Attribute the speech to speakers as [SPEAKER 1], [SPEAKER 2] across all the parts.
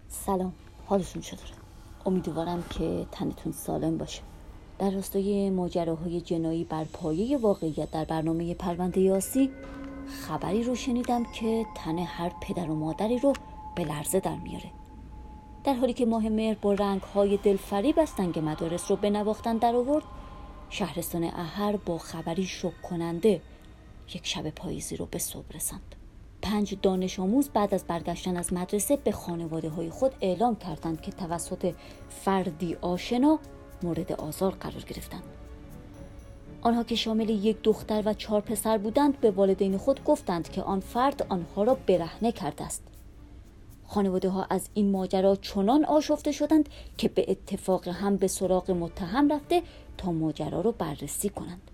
[SPEAKER 1] سلام، حالتون چطوره؟ امیدوارم که تنتون سالم باشه. در راستای ماجراهای جنایی بر پایه واقعیت در برنامه پرونده یاسی خبری رو شنیدم که تن هر پدر و مادری رو به لرزه در میاره. در حالی که ماه مهر با رنگ‌های دلفریب از سنگ مدارس رو به نواختن در آورد، شهرستان احر با خبری شوک کننده یک شب پاییزی رو به صبح رساند. 5 دانش آموز بعد از برگشتن از مدرسه به خانواده های خود اعلام کردند که توسط فردی آشنا مورد آزار قرار گرفتند. آنها که شامل یک دختر و 4 پسر بودند به والدین خود گفتند که آن فرد آنها را برهنه کرده است. خانواده ها از این ماجرا چنان آشفته شدند که به اتفاق هم به سراغ متهم رفته تا ماجرا را بررسی کنند.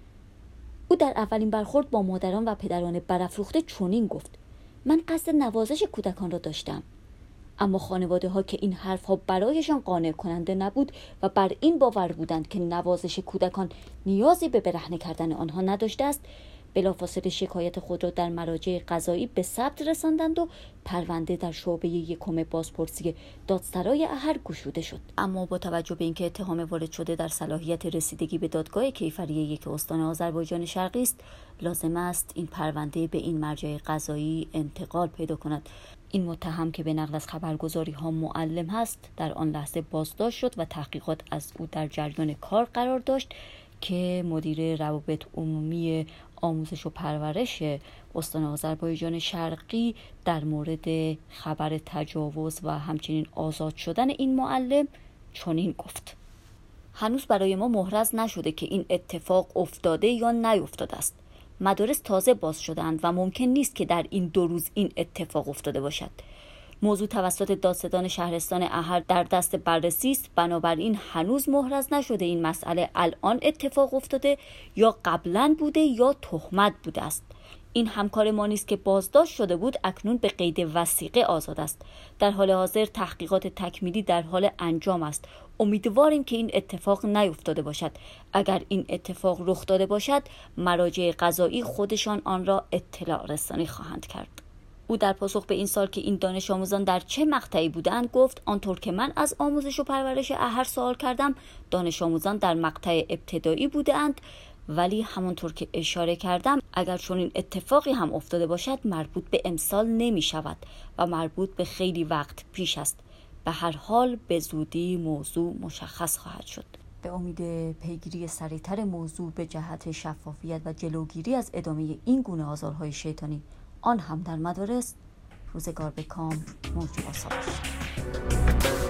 [SPEAKER 1] او در اولین برخورد با مادران و پدران برافروخته چنین گفت: من قصد نوازش کودکان را داشتم. اما خانواده ها که این حرف ها برایشان قانع کننده نبود و بر این باور بودند که نوازش کودکان نیازی به برهنه کردن آنها نداشته است، بلافاصله شکایت خود را در مراجع قضایی به ثبت رساندند و پرونده در شعبه 1 بازپرسی دادسرای احر گشوده شد. اما با توجه به اینکه اتهام وارد شده در صلاحیت رسیدگی به دادگاه کیفری 1 استان آذربایجان شرقی است، لازم است این پرونده به این مرجع قضایی انتقال پیدا کند. این متهم که به نقل از خبرگزاری ها معلم هست، در آن لحظه بازداشت شد و تحقیقات از او در جریان کار قرار داشت که مدیر روابط عمومی آموزش و پرورش استان آذربایجان شرقی در مورد خبر تجاوز و همچنین آزاد شدن این معلم چنین گفت: هنوز برای ما محرز نشده که این اتفاق افتاده یا نیفتاده است. مدارس تازه باز شدند و ممکن نیست که در این 2 روز این اتفاق افتاده باشد. موضوع توسط دادستان شهرستان احر در دست بررسی است، بنابراین هنوز محرز نشده این مسئله الان اتفاق افتاده یا قبلا بوده یا تهمت بوده است. این همکار ما نیست که بازداشت شده بود اکنون به قید وثیقه آزاد است. در حال حاضر تحقیقات تکمیلی در حال انجام است. امیدواریم که این اتفاق نیفتاده باشد. اگر این اتفاق رخ داده باشد، مراجع قضایی خودشان آن را اطلاع رسانی خواهند کرد. او در پاسخ به این سوال که این دانش آموزان در چه مقطعی بودند گفت: آنطور که من از آموزش و پرورش احر سوال کردم، دانش آموزان در مقطع ابتدایی بودند، ولی همانطور که اشاره کردم اگر چون این اتفاقی هم افتاده باشد مربوط به امسال نمی شود و مربوط به خیلی وقت پیش است. به هر حال به زودی موضوع مشخص خواهد شد. به امید پیگیری سریعتر موضوع به جهت شفافیت و جلوگیری از ادامه این گونه آزارهای شیطانی، آن هم در مدارس، روزگار به کام موج آسا باشد.